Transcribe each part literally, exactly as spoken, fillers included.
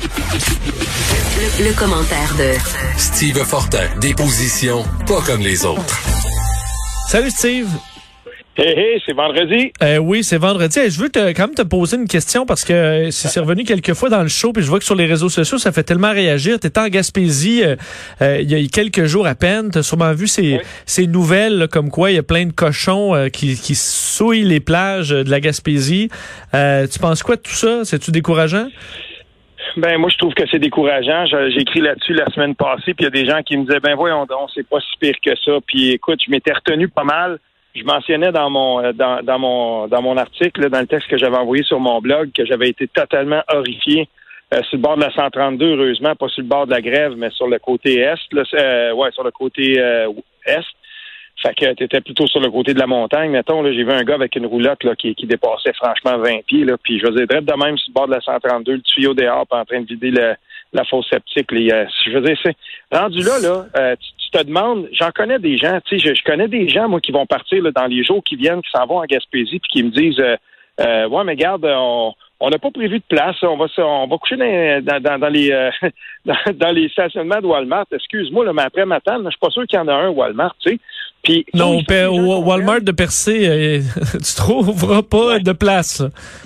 Le, le commentaire de Steve Fortin, des positions pas comme les autres. Salut Steve. Hey, hey, c'est vendredi. Euh, oui, c'est vendredi. Hey, je veux te, quand même te poser une question parce que c'est, c'est revenu quelques fois dans le show, puis je vois que sur les réseaux sociaux, ça fait tellement réagir. Tu étais en Gaspésie euh, euh, il y a quelques jours à peine. Tu as sûrement vu ces, oui. ces nouvelles là, comme quoi il y a plein de cochons euh, qui, qui souillent les plages de la Gaspésie. Euh, tu penses quoi de tout ça? C'est-tu décourageant? Ben moi je trouve que c'est décourageant. J'ai écrit là-dessus la semaine passée, puis il y a des gens qui me disaient ben voyons donc, c'est pas si pire que ça. Puis écoute, je m'étais retenu pas mal. Je mentionnais dans mon dans, dans mon dans mon article, là, dans le texte que j'avais envoyé sur mon blog, que j'avais été totalement horrifié euh, sur le bord de la cent trente-deux, heureusement, pas sur le bord de la Grève, mais sur le côté est, là, euh, ouais, sur le côté euh, est. Fait que t'étais plutôt sur le côté de la montagne. Mettons, là, j'ai vu un gars avec une roulotte là, qui, qui dépassait franchement vingt pieds. Là, puis je veux dire, direct de même sur le bord de la cent trente-deux, le tuyau dehors, puis en train de vider le, la fosse septique. Les, euh, je veux dire, c'est rendu là, là, euh, tu, tu te demandes, j'en connais des gens, tu sais, je, je connais des gens, moi, qui vont partir là, dans les jours qui viennent, qui s'en vont en Gaspésie, puis qui me disent euh, euh, ouais, mais garde, on on n'a pas prévu de place, on va on va coucher dans, dans, dans, dans les euh, dans, dans les stationnements de Walmart. Excuse-moi, là, mais après matin, je suis pas sûr qu'il y en a un Walmart, tu sais. Puis, non, au Walmart de Percé, euh, tu trouveras pas ouais. de place.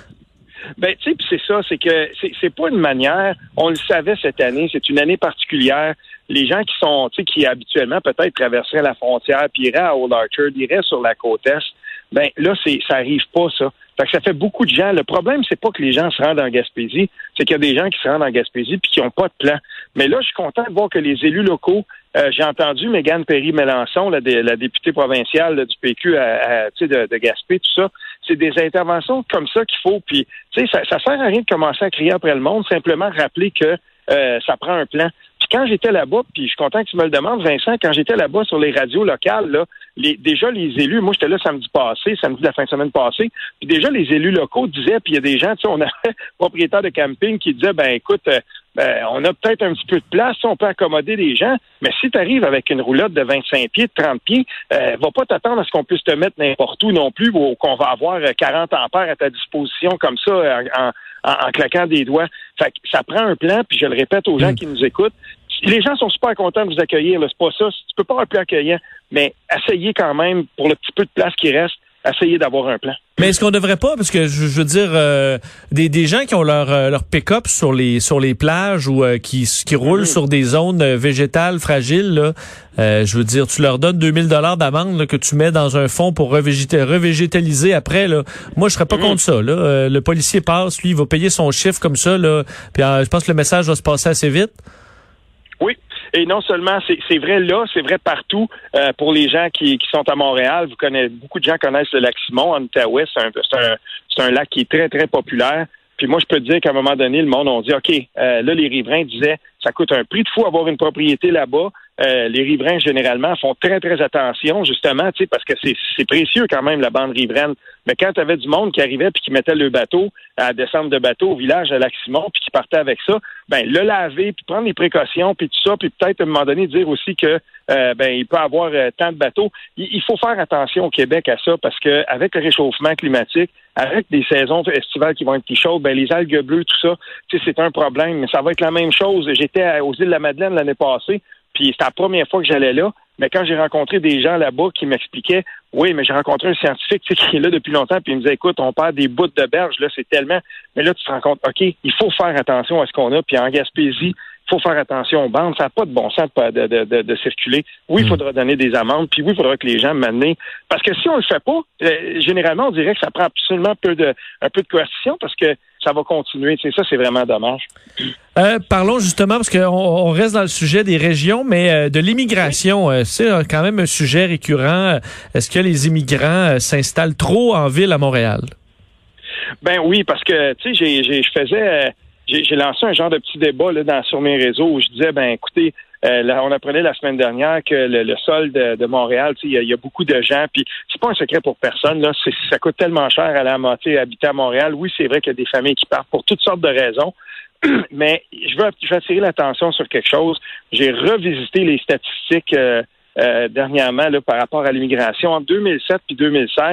Ben, tu sais, c'est ça, c'est que c'est, c'est pas une manière, on le savait cette année, c'est une année particulière. Les gens qui sont, tu sais, qui habituellement peut-être traverseraient la frontière, puis iraient à Old Orchard, iraient sur la côte est, ben là, c'est ça arrive pas, ça. Fait que ça fait beaucoup de gens. Le problème, c'est pas que les gens se rendent en Gaspésie, c'est qu'il y a des gens qui se rendent en Gaspésie puis qui n'ont pas de plan. Mais là, je suis content de voir que les élus locaux, euh, j'ai entendu Mégane Perry-Mélenchon, la, dé, la députée provinciale là, du P Q à, à, tu sais, de, de Gaspé, tout ça. C'est des interventions comme ça qu'il faut. Puis, tu sais, ça, ça sert à rien de commencer à crier après le monde, simplement rappeler que euh, ça prend un plan. Puis quand j'étais là-bas, puis je suis content que tu me le demandes, Vincent, quand j'étais là-bas sur les radios locales, là, les, déjà les élus, moi j'étais là samedi passé, samedi de la fin de semaine passée, puis déjà les élus locaux disaient, puis il y a des gens, tu sais, on a propriétaires de camping qui disaient, ben écoute, euh, ben, on a peut-être un petit peu de place, on peut accommoder des gens, mais si tu arrives avec une roulotte de vingt-cinq pieds, de trente pieds, euh, va pas t'attendre à ce qu'on puisse te mettre n'importe où non plus, ou qu'on va avoir quarante ampères à ta disposition comme ça, en, en, en claquant des doigts. Fait que ça prend un plan, puis je le répète aux gens qui nous écoutent, les gens sont super contents de vous accueillir, là, c'est pas ça. Tu peux pas avoir un plan accueillant, mais essayez quand même, pour le petit peu de place qui reste, essayez d'avoir un plan. Mais est-ce qu'on devrait pas, parce que je, je veux dire, euh, des, des gens qui ont leur, euh, leur pick-up sur les sur les plages ou euh, qui qui roulent mmh. sur des zones euh, végétales fragiles, là, euh, je veux dire, tu leur donnes deux mille dollars d'amende là, que tu mets dans un fonds pour revégéta- revégétaliser après. Là. Moi, je serais pas mmh. contre ça. Là. Euh, le policier passe, lui, il va payer son chiffre comme ça. Là, puis euh, je pense que le message va se passer assez vite. Oui, et non seulement c'est, c'est vrai là, c'est vrai partout euh, pour les gens qui, qui sont à Montréal. Vous connaissez, beaucoup de gens connaissent le lac Simon en Outaouais. C'est un, c'est un, c'est un lac qui est très, très populaire. Puis moi, je peux te dire qu'à un moment donné, le monde a dit, OK, euh, là, les riverains disaient, ça coûte un prix de fou avoir une propriété là-bas. Euh, les riverains, généralement, font très, très attention, justement, tu sais, parce que c'est, c'est précieux quand même, la bande riveraine. Mais quand tu avais du monde qui arrivait puis qui mettait le bateau à descendre de bateau au village à Lac-Simon puis qui partait avec ça, ben le laver puis prendre les précautions puis tout ça, puis peut-être à un moment donné dire aussi que euh, ben il peut avoir euh, tant de bateaux. Il, il faut faire attention au Québec à ça parce que avec le réchauffement climatique, avec des saisons estivales qui vont être plus chaudes, ben les algues bleues, tout ça, tu sais, c'est un problème. Mais ça va être la même chose. J'étais à, aux îles de la Madeleine l'année passée. Puis c'était la première fois que j'allais là, mais quand j'ai rencontré des gens là-bas qui m'expliquaient, oui, mais j'ai rencontré un scientifique tu sais, qui est là depuis longtemps, puis il me disait, écoute, on perd des bouts de berge, là, c'est tellement... Mais là, tu te rends compte, OK, il faut faire attention à ce qu'on a, puis en Gaspésie, il faut faire attention aux bandes, ça n'a pas de bon sens de, de, de, de circuler. Oui, il faudra donner des amendes, puis oui, il faudra que les gens m'amènent. Parce que si on le fait pas, euh, généralement, on dirait que ça prend absolument peu de, un peu de coercition, parce que ça va continuer. C'est ça, c'est vraiment dommage. Euh, parlons justement, parce qu'on on reste dans le sujet des régions, mais euh, de l'immigration. Euh, c'est quand même un sujet récurrent. Est-ce que les immigrants euh, s'installent trop en ville à Montréal? Ben oui, parce que, tu sais, j'ai, j'ai, je faisais... Euh, J'ai, j'ai lancé un genre de petit débat là, dans, sur mes réseaux où je disais, ben écoutez, euh, là, on apprenait la semaine dernière que le, le sol de, de Montréal, il y, y a beaucoup de gens, puis c'est pas un secret pour personne, là, c'est, ça coûte tellement cher à la moitié habiter à Montréal. Oui, c'est vrai qu'il y a des familles qui partent pour toutes sortes de raisons, mais je veux, je veux attirer l'attention sur quelque chose. J'ai revisité les statistiques euh, euh, dernièrement là, par rapport à l'immigration. En deux mille sept puis deux mille seize,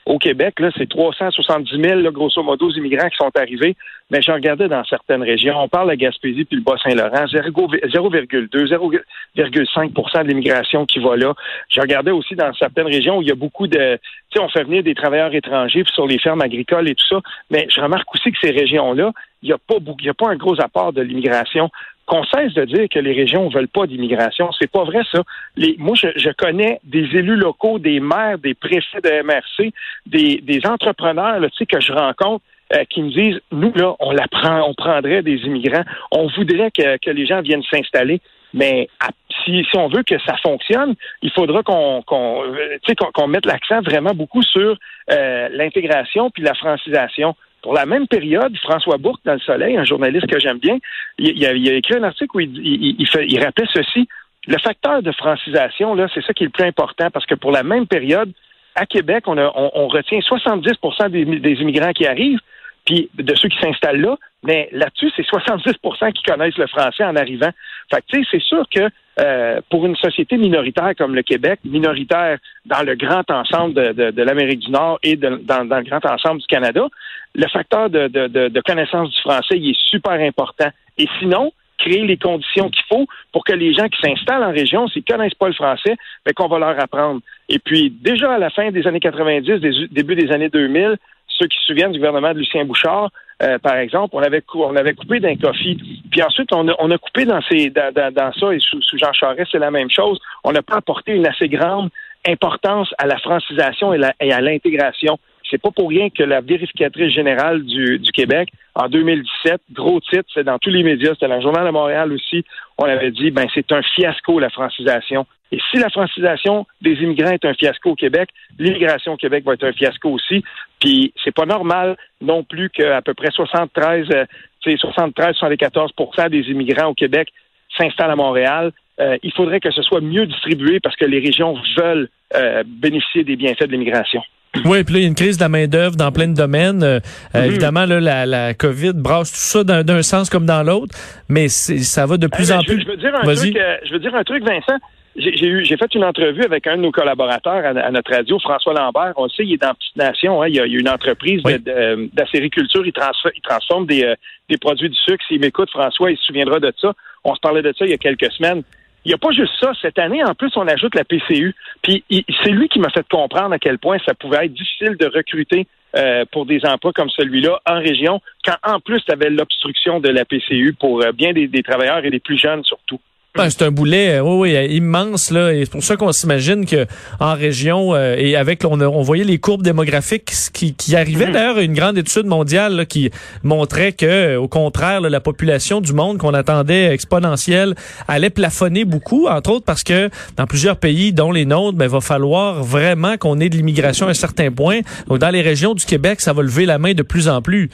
au Québec, là, c'est trois cent soixante-dix mille, là, grosso modo, immigrants qui sont arrivés. Mais je regardais dans certaines régions, on parle de la Gaspésie puis le Bas-Saint-Laurent, zéro virgule deux, zéro virgule cinq pour cent de l'immigration qui va là. Je regardais aussi dans certaines régions où il y a beaucoup de... Tu sais, on fait venir des travailleurs étrangers sur les fermes agricoles et tout ça. Mais je remarque aussi que ces régions-là, il n'y a pas beaucoup, il y a pas un gros apport de l'immigration. Qu'on cesse de dire que les régions ne veulent pas d'immigration. C'est pas vrai, ça. Les, moi, je, je connais des élus locaux, des maires, des préfets de M R C, des, des entrepreneurs là, tu sais, que je rencontre euh, qui me disent, nous, là, on la prend, on prendrait des immigrants. On voudrait que, que les gens viennent s'installer. Mais à, si, si on veut que ça fonctionne, il faudra qu'on, qu'on, tu sais, qu'on, qu'on mette l'accent vraiment beaucoup sur euh, l'intégration puis la francisation. Pour la même période, François Bourque, dans Le Soleil, un journaliste que j'aime bien, il, il, a, il a écrit un article où il, il, il, fait, il rappelait ceci. Le facteur de francisation, là, c'est ça qui est le plus important parce que pour la même période, à Québec, on, a, on, on retient soixante-dix pour cent des, des immigrants qui arrivent, puis de ceux qui s'installent là, mais là-dessus, c'est soixante-dix pour cent qui connaissent le français en arrivant. Fait que, tu sais, c'est sûr que euh, pour une société minoritaire comme le Québec, minoritaire dans le grand ensemble de, de, de l'Amérique du Nord et de, dans, dans le grand ensemble du Canada, le facteur de, de, de, de connaissance du français, il est super important. Et sinon, créer les conditions qu'il faut pour que les gens qui s'installent en région, s'ils ne connaissent pas le français, bien, qu'on va leur apprendre. Et puis, déjà à la fin des années quatre-vingt-dix, des, début des années deux mille, ceux qui se souviennent du gouvernement de Lucien Bouchard, euh, par exemple, on avait, cou- on avait coupé d'un coffee. Puis ensuite, on a, on a coupé dans, ces, dans, dans, dans ça, et sous, sous Jean Charest, c'est la même chose. On n'a pas apporté une assez grande importance à la francisation et, la, et à l'intégration. C'est pas pour rien que la vérificatrice générale du, du Québec, en deux mille dix-sept, gros titre, c'est dans tous les médias, c'était dans le Journal de Montréal aussi, on avait dit, ben c'est un fiasco, la francisation. Et si la francisation des immigrants est un fiasco au Québec, l'immigration au Québec va être un fiasco aussi. Puis c'est pas normal non plus qu'à peu près soixante-treize, euh, soixante-treize à soixante-quatorze pour cent des immigrants au Québec s'installent à Montréal. Euh, il faudrait que ce soit mieux distribué parce que les régions veulent euh, bénéficier des bienfaits de l'immigration. Oui, puis là, il y a une crise de la main-d'œuvre dans plein de domaines. Euh, mm-hmm. Évidemment, là, la, la COVID brasse tout ça d'un, d'un sens comme dans l'autre, mais c'est, ça va de plus hey, en je, plus. Je veux dire un Vas-y. truc, euh, je veux dire un truc, Vincent. J'ai, j'ai, eu, j'ai fait une entrevue avec un de nos collaborateurs à, à notre radio, François Lambert. On le sait, il est dans Petite Nation. Hein, il, y a, il y a une entreprise oui. de, de, d'acériculture. Il, transforme, il transforme des, euh, des produits du sucre. S'il m'écoute, François, il se souviendra de ça. On se parlait de ça il y a quelques semaines. Il n'y a pas juste ça. Cette année, en plus, on ajoute la P C U. Puis il, c'est lui qui m'a fait comprendre à quel point ça pouvait être difficile de recruter euh, pour des emplois comme celui-là en région, quand en plus, tu avais l'obstruction de la P C U pour euh, bien des, des travailleurs et des plus jeunes surtout. Ben, c'est un boulet, euh, oui, oui, immense là, et c'est pour ça qu'on s'imagine que en région euh, et avec, on, a, on voyait les courbes démographiques qui, qui arrivaient. Mmh. D'ailleurs, une grande étude mondiale là, qui montrait que, au contraire, là, la population du monde qu'on attendait exponentielle allait plafonner beaucoup, entre autres parce que dans plusieurs pays, dont les nôtres, ben va falloir vraiment qu'on ait de l'immigration à un certain point. Donc, dans les régions du Québec, ça va lever la main de plus en plus.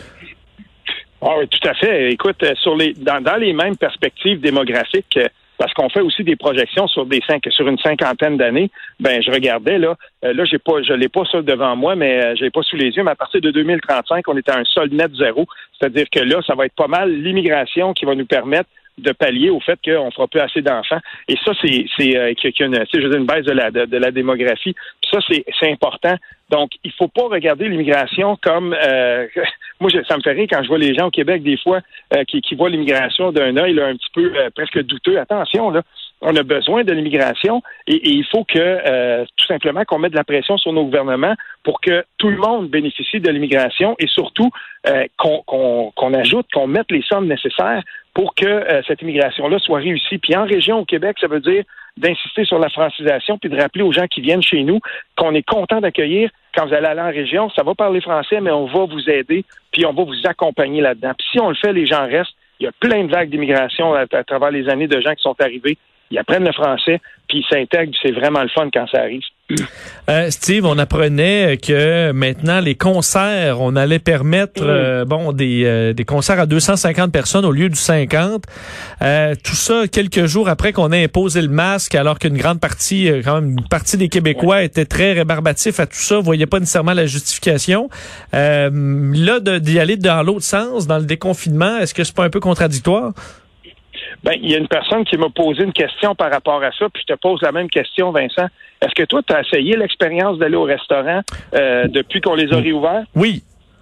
Ah oui, tout à fait. Écoute, sur les dans, dans les mêmes perspectives démographiques. Parce qu'on fait aussi des projections sur des cinq, sur une cinquantaine d'années. Ben, je regardais là, euh, là j'ai pas, je l'ai pas ça devant moi, mais euh, je l'ai pas sous les yeux. Mais à partir de deux mille trente-cinq, on est à un solde net zéro. C'est-à-dire que là, ça va être pas mal l'immigration qui va nous permettre de pallier au fait qu'on fera plus assez d'enfants. Et ça, c'est, c'est, euh, qu'il y a une, je veux dire, une baisse de la, de, de la démographie. Puis ça, c'est, c'est important. Donc, il faut pas regarder l'immigration comme, euh, moi, je, ça me fait rire quand je vois les gens au Québec des fois euh, qui, qui voient l'immigration d'un œil là, un petit peu euh, presque douteux. Attention, là, on a besoin de l'immigration et, et il faut que euh, tout simplement qu'on mette de la pression sur nos gouvernements pour que tout le monde bénéficie de l'immigration et surtout euh, qu'on, qu'on, qu'on ajoute, qu'on mette les sommes nécessaires pour que euh, cette immigration-là soit réussie. Puis en région au Québec, ça veut dire d'insister sur la francisation puis de rappeler aux gens qui viennent chez nous qu'on est content d'accueillir. Quand vous allez aller en région, ça va parler français, mais on va vous aider puis on va vous accompagner là-dedans. Puis si on le fait, les gens restent. Il y a plein de vagues d'immigration à, à travers les années de gens qui sont arrivés. Ils apprennent le français, puis ils s'intègrent. C'est vraiment le fun quand ça arrive. Euh, Steve, on apprenait que maintenant, les concerts, on allait permettre mmh. euh, bon des, euh, des concerts à deux cent cinquante personnes au lieu du cinquante. Euh, tout ça, quelques jours après qu'on ait imposé le masque, alors qu'une grande partie, euh, quand même une partie des Québécois ouais. étaient très rébarbatifs à tout ça, voyaient pas nécessairement la justification. Euh, là, de, d'y aller dans l'autre sens, dans le déconfinement, est-ce que c'est pas un peu contradictoire? Ben, il y a une personne qui m'a posé une question par rapport à ça, puis je te pose la même question, Vincent. Est-ce que toi, tu as essayé l'expérience d'aller au restaurant euh, depuis qu'on les a réouverts? Oui.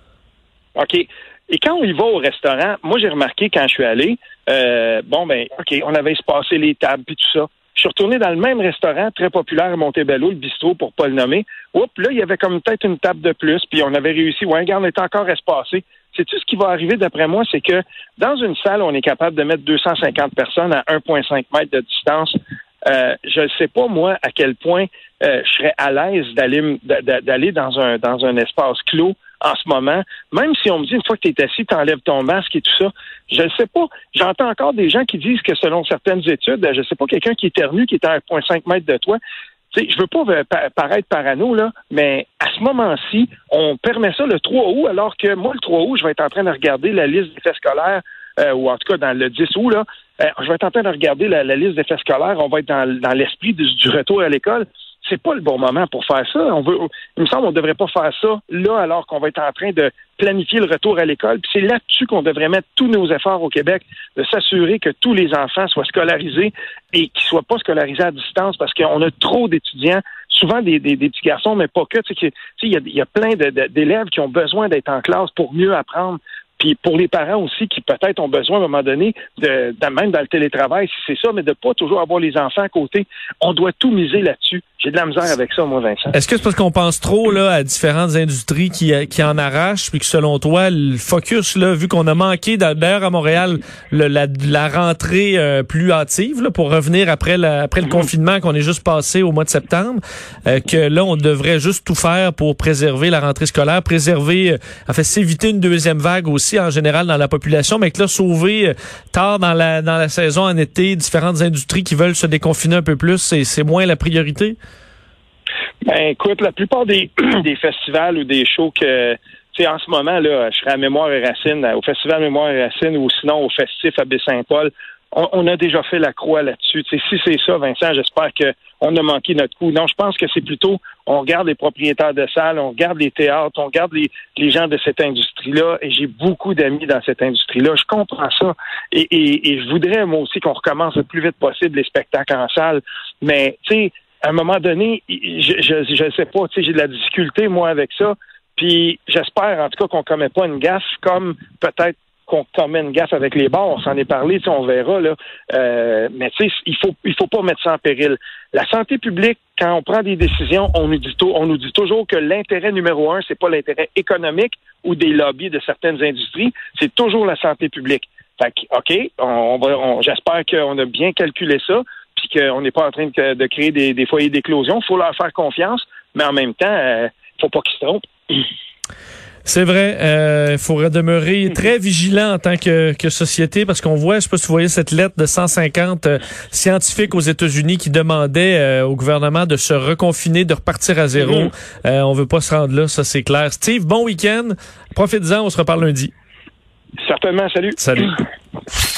OK. Et quand on y va au restaurant, moi, j'ai remarqué quand je suis allé, euh, bon, ben, OK, on avait espacé les tables puis tout ça. Je suis retourné dans le même restaurant très populaire à Montebello, le bistrot, pour pas le nommer. Oups, là, il y avait comme peut-être une table de plus, puis on avait réussi. Ouais, regarde, on était encore espacé. Sais-tu ce qui va arriver, d'après moi, c'est que dans une salle, on est capable de mettre deux cent cinquante personnes à un virgule cinq mètres de distance. Euh, je ne sais pas, moi, à quel point euh, je serais à l'aise d'aller d'aller dans un dans un espace clos en ce moment. Même si on me dit, une fois que tu es assis, tu enlèves ton masque et tout ça, je ne sais pas. J'entends encore des gens qui disent que selon certaines études, je ne sais pas, quelqu'un qui éternue, qui est à un virgule cinq mètres de toi, tu sais, je veux pas paraître parano, là, mais à ce moment-ci, on permet ça le trois août, alors que moi, le trois août, je vais être en train de regarder la liste d'effets scolaires, euh, ou en tout cas dans le dix août, là, euh, je vais être en train de regarder la, la liste d'effets scolaires, on va être dans, dans l'esprit du, du retour à l'école. C'est pas le bon moment pour faire ça. On veut, il me semble qu'on ne devrait pas faire ça là, alors qu'on va être en train de planifier le retour à l'école. Puis c'est là-dessus qu'on devrait mettre tous nos efforts au Québec, de s'assurer que tous les enfants soient scolarisés et qu'ils soient pas scolarisés à distance, parce qu'on a trop d'étudiants, souvent des, des, des petits garçons, mais pas que. Tu sais, il y a, y a plein de, de, d'élèves qui ont besoin d'être en classe pour mieux apprendre. Puis pour les parents aussi qui peut-être ont besoin à un moment donné, de, de même dans le télétravail, si c'est ça, mais de pas toujours avoir les enfants à côté. On doit tout miser là-dessus. J'ai de la misère avec ça, moi, Vincent. Est-ce que c'est parce qu'on pense trop là à différentes industries qui, qui en arrachent, puis que selon toi, le focus, là, vu qu'on a manqué, d'ailleurs à Montréal, le, la, la rentrée euh, plus hâtive, là, pour revenir après, la, après le mmh. confinement qu'on est juste passé au mois de septembre, euh, que là, on devrait juste tout faire pour préserver la rentrée scolaire, préserver, euh, en fait, s'éviter une deuxième vague aussi, en général, dans la population, mais que là, sauver euh, tard dans la, dans la saison en été, différentes industries qui veulent se déconfiner un peu plus, c'est, c'est moins la priorité? Ben, écoute, la plupart des, des festivals ou des shows que, tu sais, en ce moment, là, je serai à Mémoire et Racine, au Festival Mémoire et Racine, ou sinon au Festif à Baie-Saint-Paul, on, on a déjà fait la croix là-dessus. Tu sais, si c'est ça, Vincent, j'espère qu'on a manqué notre coup. Non, je pense que c'est plutôt, on regarde les propriétaires de salles, on regarde les théâtres, on regarde les, les gens de cette industrie-là, et j'ai beaucoup d'amis dans cette industrie-là. Je comprends ça. Et, et, et je voudrais, moi aussi, qu'on recommence le plus vite possible les spectacles en salle. Mais, tu sais, à un moment donné, je je, je sais pas, tu sais, j'ai de la difficulté, moi, avec ça. Puis j'espère, en tout cas, qu'on commet pas une gaffe comme peut-être qu'on commet une gaffe avec les bars. On s'en est parlé, tu sais, on verra, là. Euh, mais tu sais, il faut il faut pas mettre ça en péril. La santé publique, quand on prend des décisions, on nous dit tout, on nous dit toujours que l'intérêt numéro un, c'est pas l'intérêt économique ou des lobbies de certaines industries, c'est toujours la santé publique. Fait que, OK, on, on va, on, j'espère qu'on a bien calculé ça, puis qu'on n'est pas en train de, de créer des, des foyers d'éclosion. Il faut leur faire confiance, mais en même temps, il euh, faut pas qu'ils se trompent. C'est vrai, il euh, faudrait demeurer très vigilant en tant que, que société, parce qu'on voit, je sais pas si vous voyez cette lettre de cent cinquante euh, scientifiques aux États-Unis qui demandaient euh, au gouvernement de se reconfiner, de repartir à zéro. Mm-hmm. Euh, on veut pas se rendre là, ça c'est clair. Steve, bon week-end. Profites-en, on se reparle lundi. Certainement, salut. Salut.